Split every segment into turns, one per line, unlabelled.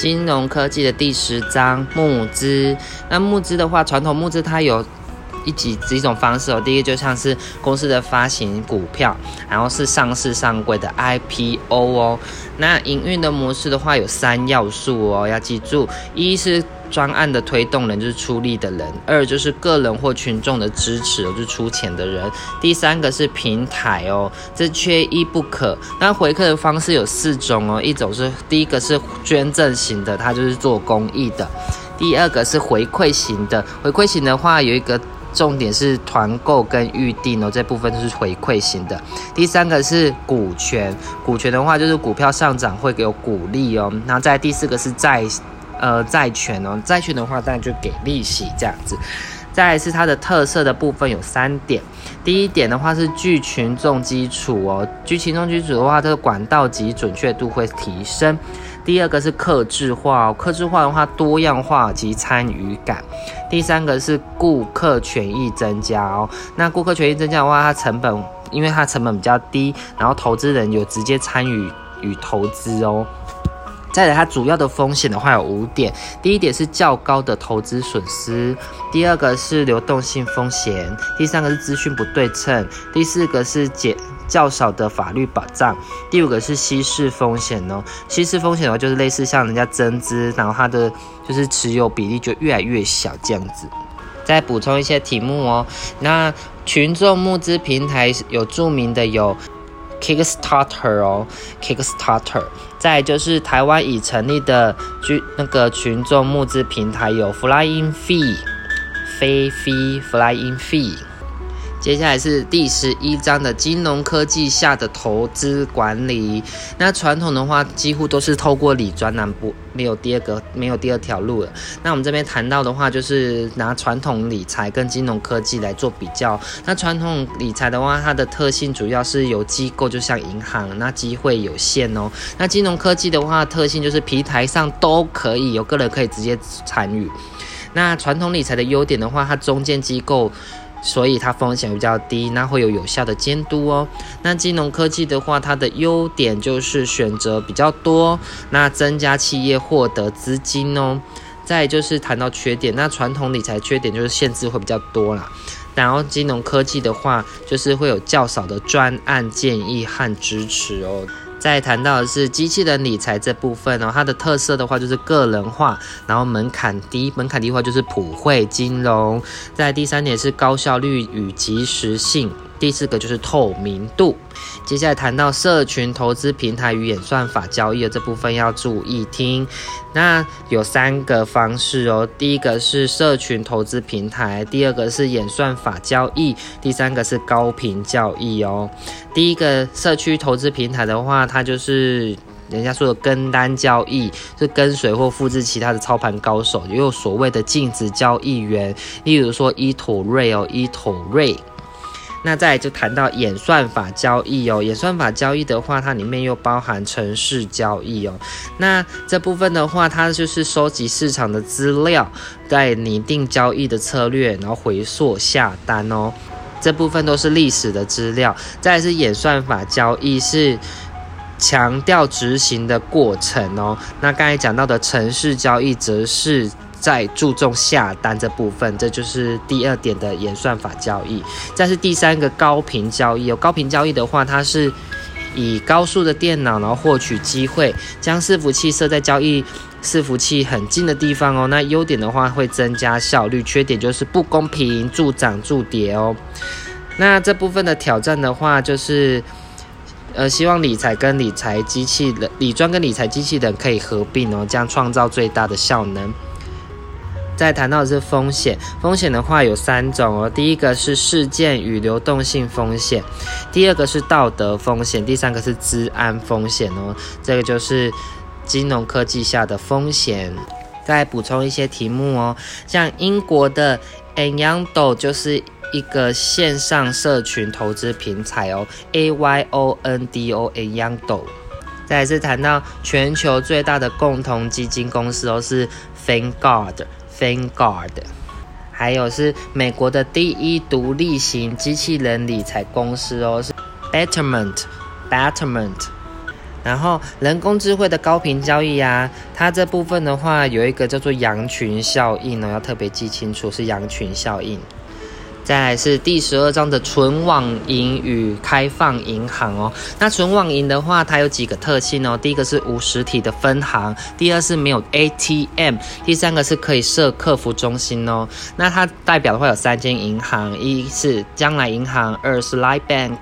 金融科技的第10章募资。那募资的话，传统募资它有几种方式哦。第一个就像是公司的发行股票，然后是上市上柜的 IPO 哦。那营运的模式的话有3要素哦，要记住：一是专案的推动人，就是出力的人；二就是个人或群众的支持，就是出钱的人；第三个是平台哦，这缺一不可。那回馈的方式有4种哦，第一个是捐赠型的，它就是做公益的；第二个是回馈型的，回馈型的话有一个重点是团购跟预定哦，这部分就是回馈型的。第三个是股权，股权的话就是股票上涨会有股利哦。然后再来第4个是债权哦，债权的话当然就给利息这样子。再来是它的特色的部分有3点，第一点的话是具群众基础哦，具群众基础的话，它的管道及准确度会提升。第二个是客制化哦，客制化的话多样化及参与感。第三个是顾客权益增加哦，那顾客权益增加的话，因为它成本比较低，然后投资人有直接参与与投资哦。再来，它主要的风险的话有5点，第一点是较高的投资损失，第二个是流动性风险，第三个是资讯不对称，第4个是较少的法律保障，第5个是稀释风险哦。稀释风险的话就是类似像人家增资，然后它的就是持有比例就越来越小这样子。再补充一些题目哦，那群众募资平台有著名的有Kickstarter 哦 ，Kickstarter。再来就是台湾已成立的群众募资平台有 Flying Fee、飞 Flying Fee。接下来是第11章的金融科技下的投资管理。那传统的话几乎都是透过理专南部，没有第二条路了。那我们这边谈到的话，就是拿传统理财跟金融科技来做比较。那传统理财的话，它的特性主要是由机构，就像银行，那机会有限哦。那金融科技的话，特性就是平台上都可以有个人可以直接参与。那传统理财的优点的话，它中间机构，所以它风险比较低，那会有效的监督哦。那金融科技的话，它的优点就是选择比较多，那增加企业获得资金哦。再来就是谈到缺点，那传统理财缺点就是限制会比较多啦。然后金融科技的话，就是会有较少的专案建议和支持哦。再谈到的是机器人理财这部分哦，它的特色的话就是个人化，然后门槛低的话就是普惠金融。再来第3点是高效率与及时性，第4个就是透明度。接下来谈到社群投资平台与演算法交易的这部分要注意听。那有3个方式哦，第一个是社群投资平台，第2个是演算法交易，第3个是高频交易哦。第一个社区投资平台的话，它就是人家说的跟单交易，是跟随或复制其他的操盘高手，也有所谓的净值交易员，例如说eToro。那再来就谈到演算法交易哦，演算法交易的话，它里面又包含程式交易哦。那这部分的话，它就是收集市场的资料，再拟定交易的策略，然后回溯下单哦。这部分都是历史的资料。再来是演算法交易，是强调执行的过程哦。那刚才讲到的程式交易，则是在注重下单这部分，这就是第2点的演算法交易。再是第3个高频交易哦，高频交易的话，它是以高速的电脑，然后获取机会，将伺服器设在交易伺服器很近的地方哦。那优点的话会增加效率，缺点就是不公平，助涨助跌哦。那这部分的挑战的话，就是希望理专跟理财机器人可以合并哦，这样创造最大的效能。再谈到的是风险，风险的话有3种哦，第一个是事件与流动性风险，第2个是道德风险，第3个是资安风险哦。这个就是金融科技下的风险。再补充一些题目哦，像英国的 Ayando 就是一个线上社群投资平台哦 ，AYONDO Ayando。再来是谈到全球最大的共同基金公司哦，是 Vanguard， 还有是美国的第1独立型机器人理财公司哦，是 Betterment。 然后人工智慧的高频交易啊，它这部分的话有一个叫做羊群效应要特别记清楚，是羊群效应。再来是第12章的纯网银与开放银行那纯网银的话，它有几个特性第一个是无实体的分行，第二是没有 ATM， 第三个是可以设客服中心那它代表的话有3间银行，一是将来银行，二是 Line Bank，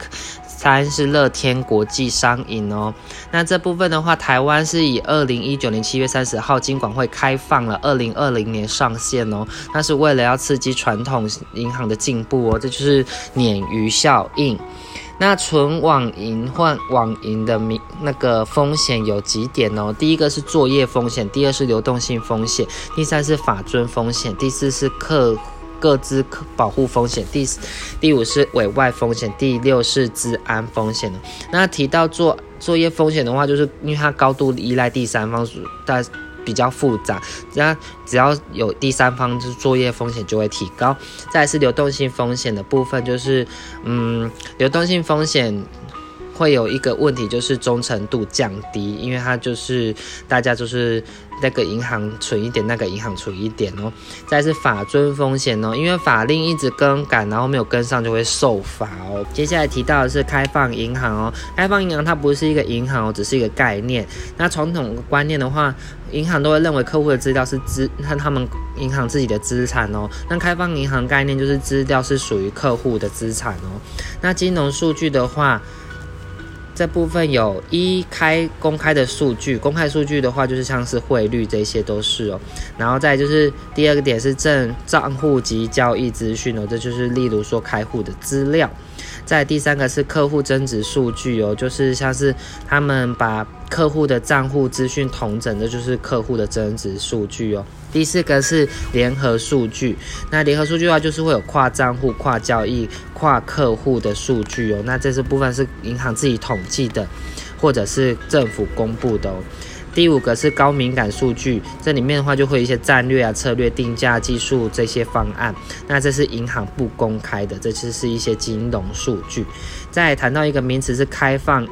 3是乐天国际商银那这部分的话，台湾是以2019年7月30号金管会开放了，2020年上线那是为了要刺激传统银行的进步这就是鲶鱼效应。那纯网银换网银的那个风险有几点第一个是作业风险，第二是流动性风险，第三是法遵风险，第四是个资保护风险，第五是委外风险，第六是资安风险那提到作业风险的话，就是因为它高度依赖第三方，但比较复杂，只要有第三方，就是作业风险就会提高。再来是流动性风险的部分，就是流动性风险会有一个问题，就是忠诚度降低，因为它就是大家就是那个银行存一点，那个银行存一点再来是法遵风险因为法令一直更改，然后没有跟上就会受罚接下来提到的是开放银行开放银行它不是一个银行只是一个概念。那传统观念的话，银行都会认为客户的资料是他们银行自己的资产那开放银行概念就是资料是属于客户的资产那金融数据的话，这部分有公开的数据，公开数据的话就是像是汇率这些都是然后再来就是第二个点是账户及交易资讯这就是例如说开户的资料。再来第三个是客户增值数据就是像是他们把客户的账户资讯统整，这就是客户的增值数据第四个是联合数据，那联合数据的话就是会有跨账户、跨交易、跨客户的数据那这部分是银行自己统计的，或者是政府公布的第五个是高敏感数据，这里面的话就会有一些战略策略、定价、技术这些方案，那这是银行不公开的，这就是一些金融数据。再来谈到一个名词是开放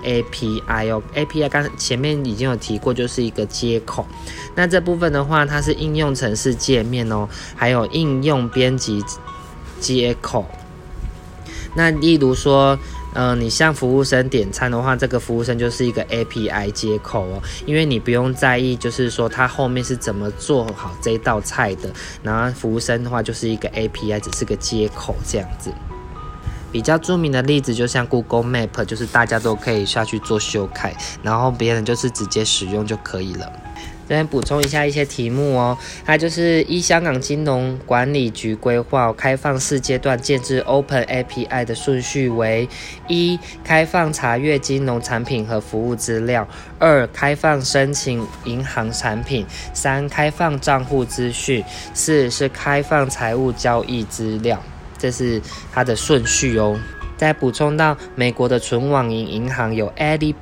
API API 刚前面已经有提过，就是一个接口。那这部分的话，它是应用程式界面还有应用编辑接口。那例如说你向服务生点餐的话，这个服务生就是一个 API 接口因为你不用在意就是说他后面是怎么做好这道菜的，然后服务生的话就是一个 API， 只是个接口这样子。比较著名的例子就像 Google Map， 就是大家都可以下去做修改，然后别人就是直接使用就可以了。这边补充一下一些题目它就是依香港金融管理局规划开放4阶段建置 Open API 的顺序为：1. 开放查阅金融产品和服务资料； 2. 开放申请银行产品； 3. 开放账户资讯； 4. 是开放财务交易资料。这是它的顺序再补充到美国的纯网银行有 Ally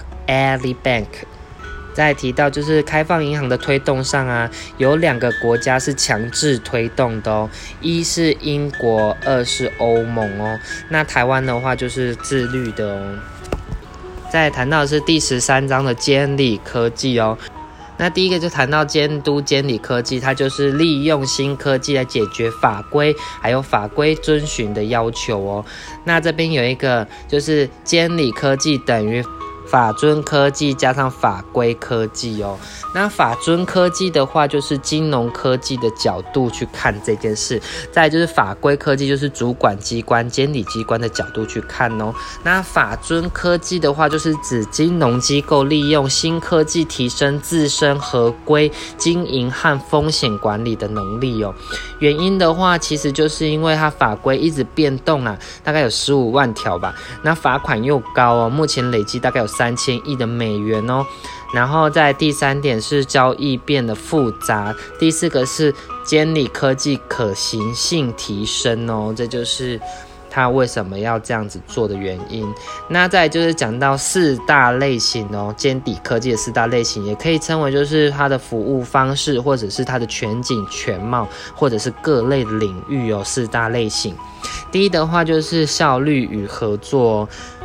Bank。再提到就是开放银行的推动上有2个国家是强制推动的一是英国，二是欧盟那台湾的话就是自律的再谈到的是第13章的监理科技那第一个就谈到监督监理科技，它就是利用新科技来解决法规还有法规遵循的要求那这边有一个就是监理科技等于法遵科技加上法规科技那法遵科技的话就是金融科技的角度去看这件事，再来就是法规科技就是主管机关监理机关的角度去看那法遵科技的话就是指金融机构利用新科技提升自身合规经营和风险管理的能力原因的话其实就是因为它法规一直变动大概有15万条吧，那罚款又高目前累计大概有3000亿的美元然后在第3点是交易变得复杂，第4个是监理科技可行性提升这就是它为什么要这样子做的原因。那再来就是讲到4大类型监理科技的4大类型，也可以称为就是它的服务方式，或者是它的全景全貌，或者是各类领域4大类型。第一的话就是效率与合作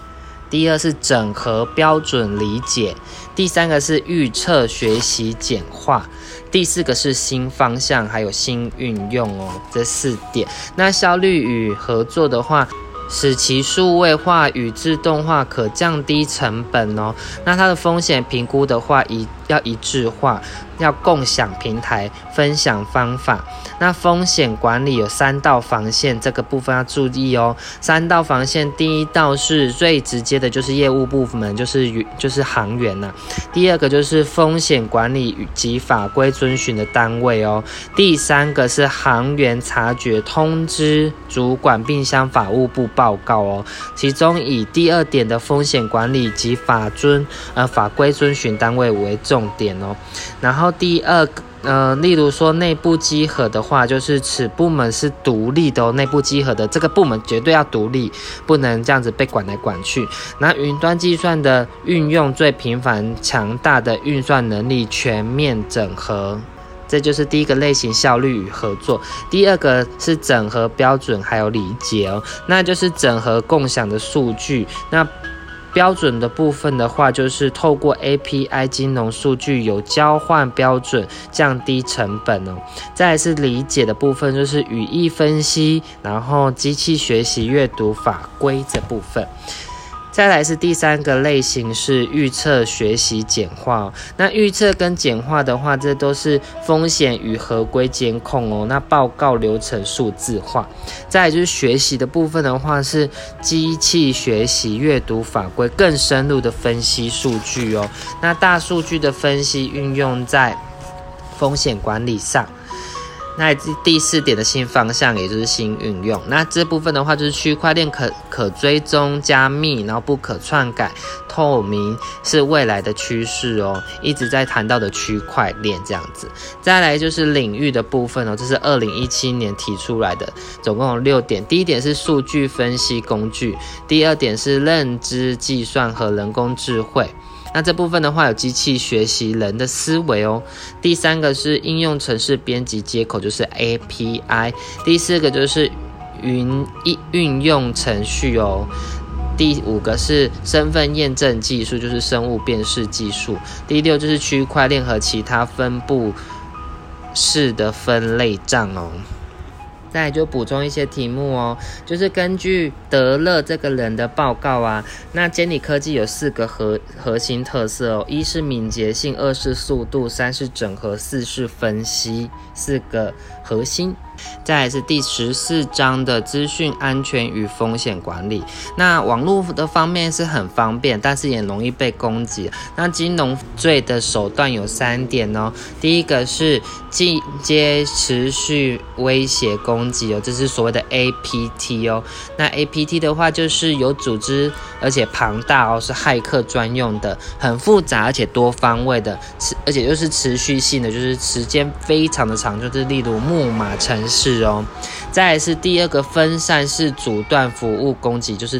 第二是整合标准理解，第三个是预测学习简化，第四个是新方向还有新运用哦，这4点。那效率与合作的话，使其数位化与自动化可降低成本哦。那它的风险评估的话，要一致化，要共享平台，分享方法。那风险管理有3道防线，这个部分要注意哦。3道防线，第一道是最直接的，就是业务部门，就是行员呐。第二个就是风险管理及法规遵循的单位哦。第三个是行员察觉通知主管，并向法务部报告哦。其中以第2点的风险管理及法规遵循单位为重点哦。然后第2例如说内部稽核的话，就是此部门是独立的哦，内部稽核的这个部门绝对要独立，不能这样子被管来管去。那云端计算的运用最频繁、强大的运算能力全面整合，这就是第一个类型，效率与合作。第2个是整合标准还有理解哦，那就是整合共享的数据。那标准的部分的话，就是透过 API 金融数据有交换标准，降低成本哦。再来是理解的部分，就是语义分析，然后机器学习阅读法规这部分。再来是第3个类型是预测学习简化哦。那预测跟简化的话，这都是风险与合规监控哦。那报告流程数字化。再来就是学习的部分的话，是机器学习阅读法规，更深入的分析数据哦。那大数据的分析运用在风险管理上。那第4点的新方向，也就是新运用。那这部分的话，就是区块链可追踪、加密，然后不可篡改、透明，是未来的趋势哦。一直在谈到的区块链这样子。再来就是领域的部分哦，这是2017年提出来的，总共有6点。第1点是数据分析工具，第2点是认知计算和人工智慧。那这部分的话有机器学习人的思维哦。第3个是应用程式编辑接口，就是 API。第4个就是运用程序哦。第5个是身份验证技术，就是生物辨识技术。第6就是区块链和其他分布式的分类账哦。再来就补充一些题目哦，就是根据德勒这个人的报告啊，那监理科技有4个核心特色哦，1是敏捷性，2是速度，3是整合，4是分析，4个核心。再来是第14章的资讯安全与风险管理。那网络的方面是很方便，但是也容易被攻击。那金融罪的手段有3点哦。第1个是进阶持续威胁攻击哦，这是所谓的 APT 哦。那 APT 的话就是有组织而且庞大哦，是骇客专用的，很复杂而且多方位的，而且就是持续性的，就是时间非常的长，就是例如木马程式哦。再来是第2个分散式阻断服务攻击，就是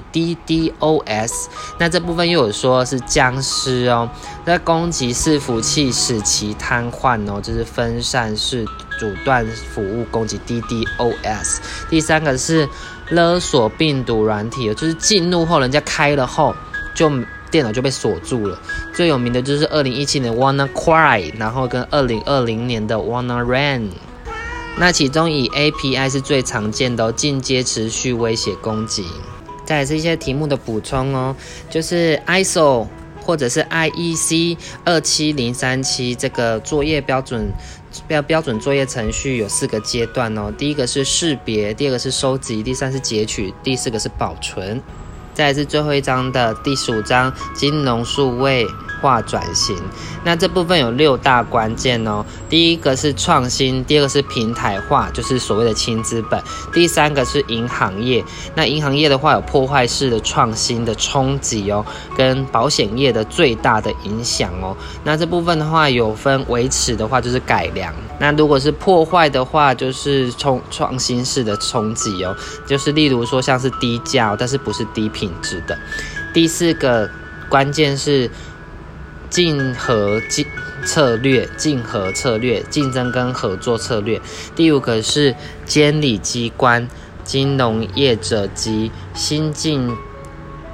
DDoS。那这部分又有说是僵尸哦，在攻击伺服器使其瘫痪哦，就是分散式阻断服务攻击 DDoS。第3个是勒索病毒软体，就是进入后人家开了后就电脑就被锁住了。最有名的就是2017年 WannaCry， 然后跟2020年的 WannaRun。那其中以 API 是最常见的哦，进阶持续威胁攻击。再来是一些题目的补充哦，就是 ISO 或者是 IEC 27037这个作业标准作业程序有4个阶段哦。第1个是识别，第2个是收集，第3是截取，第4个是保存。再来是最后一章的第15章金融数位化转型。那这部分有6大关键哦。第1个是创新，第2个是平台化，就是所谓的轻资本，第3个是银行业。那银行业的话有破坏式的创新的冲击哦，跟保险业的最大的影响哦。那这部分的话有分维持的话就是改良，那如果是破坏的话就是创新式的冲击哦，就是例如说像是低价但是不是低品质的。第4个关键是竞合策略，竞争跟合作策略。第5个是监理机关、金融业者及新进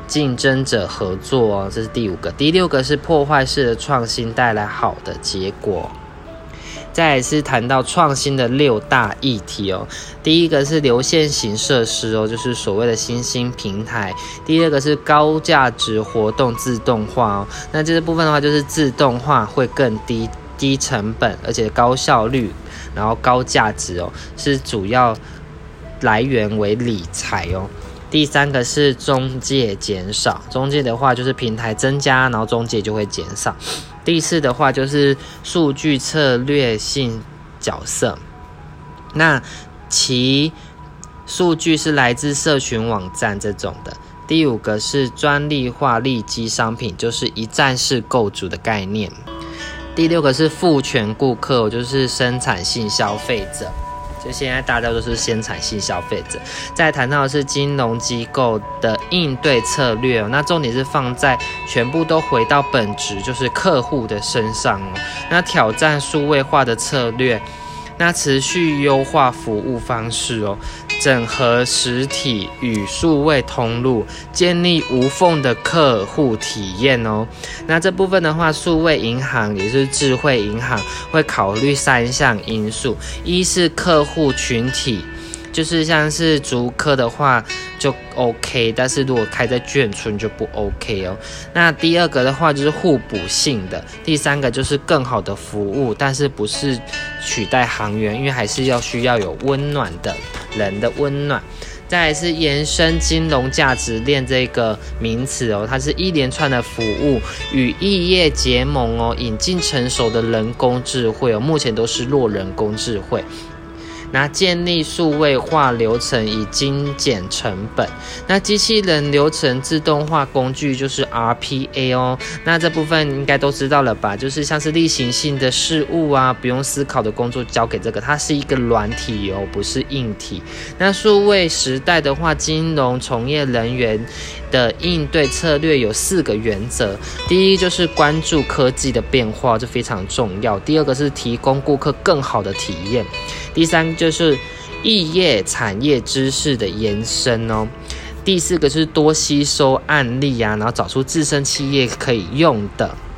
竞争者合作哦，这是第5个。第6个是破坏式的创新带来好的结果。再来是谈到创新的6大议题哦。第1个是流线型设施哦，就是所谓的新兴平台。第2个是高价值活动自动化哦，那这部分的话就是自动化会更低成本，而且高效率，然后高价值哦，是主要来源为理财哦。第3个是中介减少，中介的话就是平台增加，然后中介就会减少。第4的话就是数据策略性角色，那其数据是来自社群网站这种的。第5个是专利化利基商品，就是一站式购组的概念。第6个是父权顾客，就是生产性消费者，就现在大家都是生产性消费者。再谈到的是金融机构的应对策略哦，那重点是放在全部都回到本质，就是客户的身上哦。那挑战数位化的策略，那持续优化服务方式哦，整合实体与数位通路，建立无缝的客户体验哦。那这部分的话，数位银行也是智慧银行会考虑3项因素，一是客户群体，就是像是竹科的话就 OK， 但是如果开在眷村就不 OK 哦。那第2个的话就是互补性的，第3个就是更好的服务，但是不是取代行员，因为还是需要有温暖的人的温暖。再来是延伸金融价值链这个名词哦，它是一连串的服务与异业结盟哦，引进成熟的人工智慧哦，目前都是弱人工智慧。那建立数位化流程以精简成本，那机器人流程自动化工具就是 RPA 哦。那这部分应该都知道了吧，就是像是例行性的事务啊，不用思考的工作交给这个，它是一个软体哦，不是硬体。那数位时代的话，金融从业人员的应对策略有4个原则。第一就是关注科技的变化，这非常重要。第2个是提供顾客更好的体验。第3就是异业产业知识的延伸哦。第4个是多吸收案例啊，然后找出自身企业可以用的。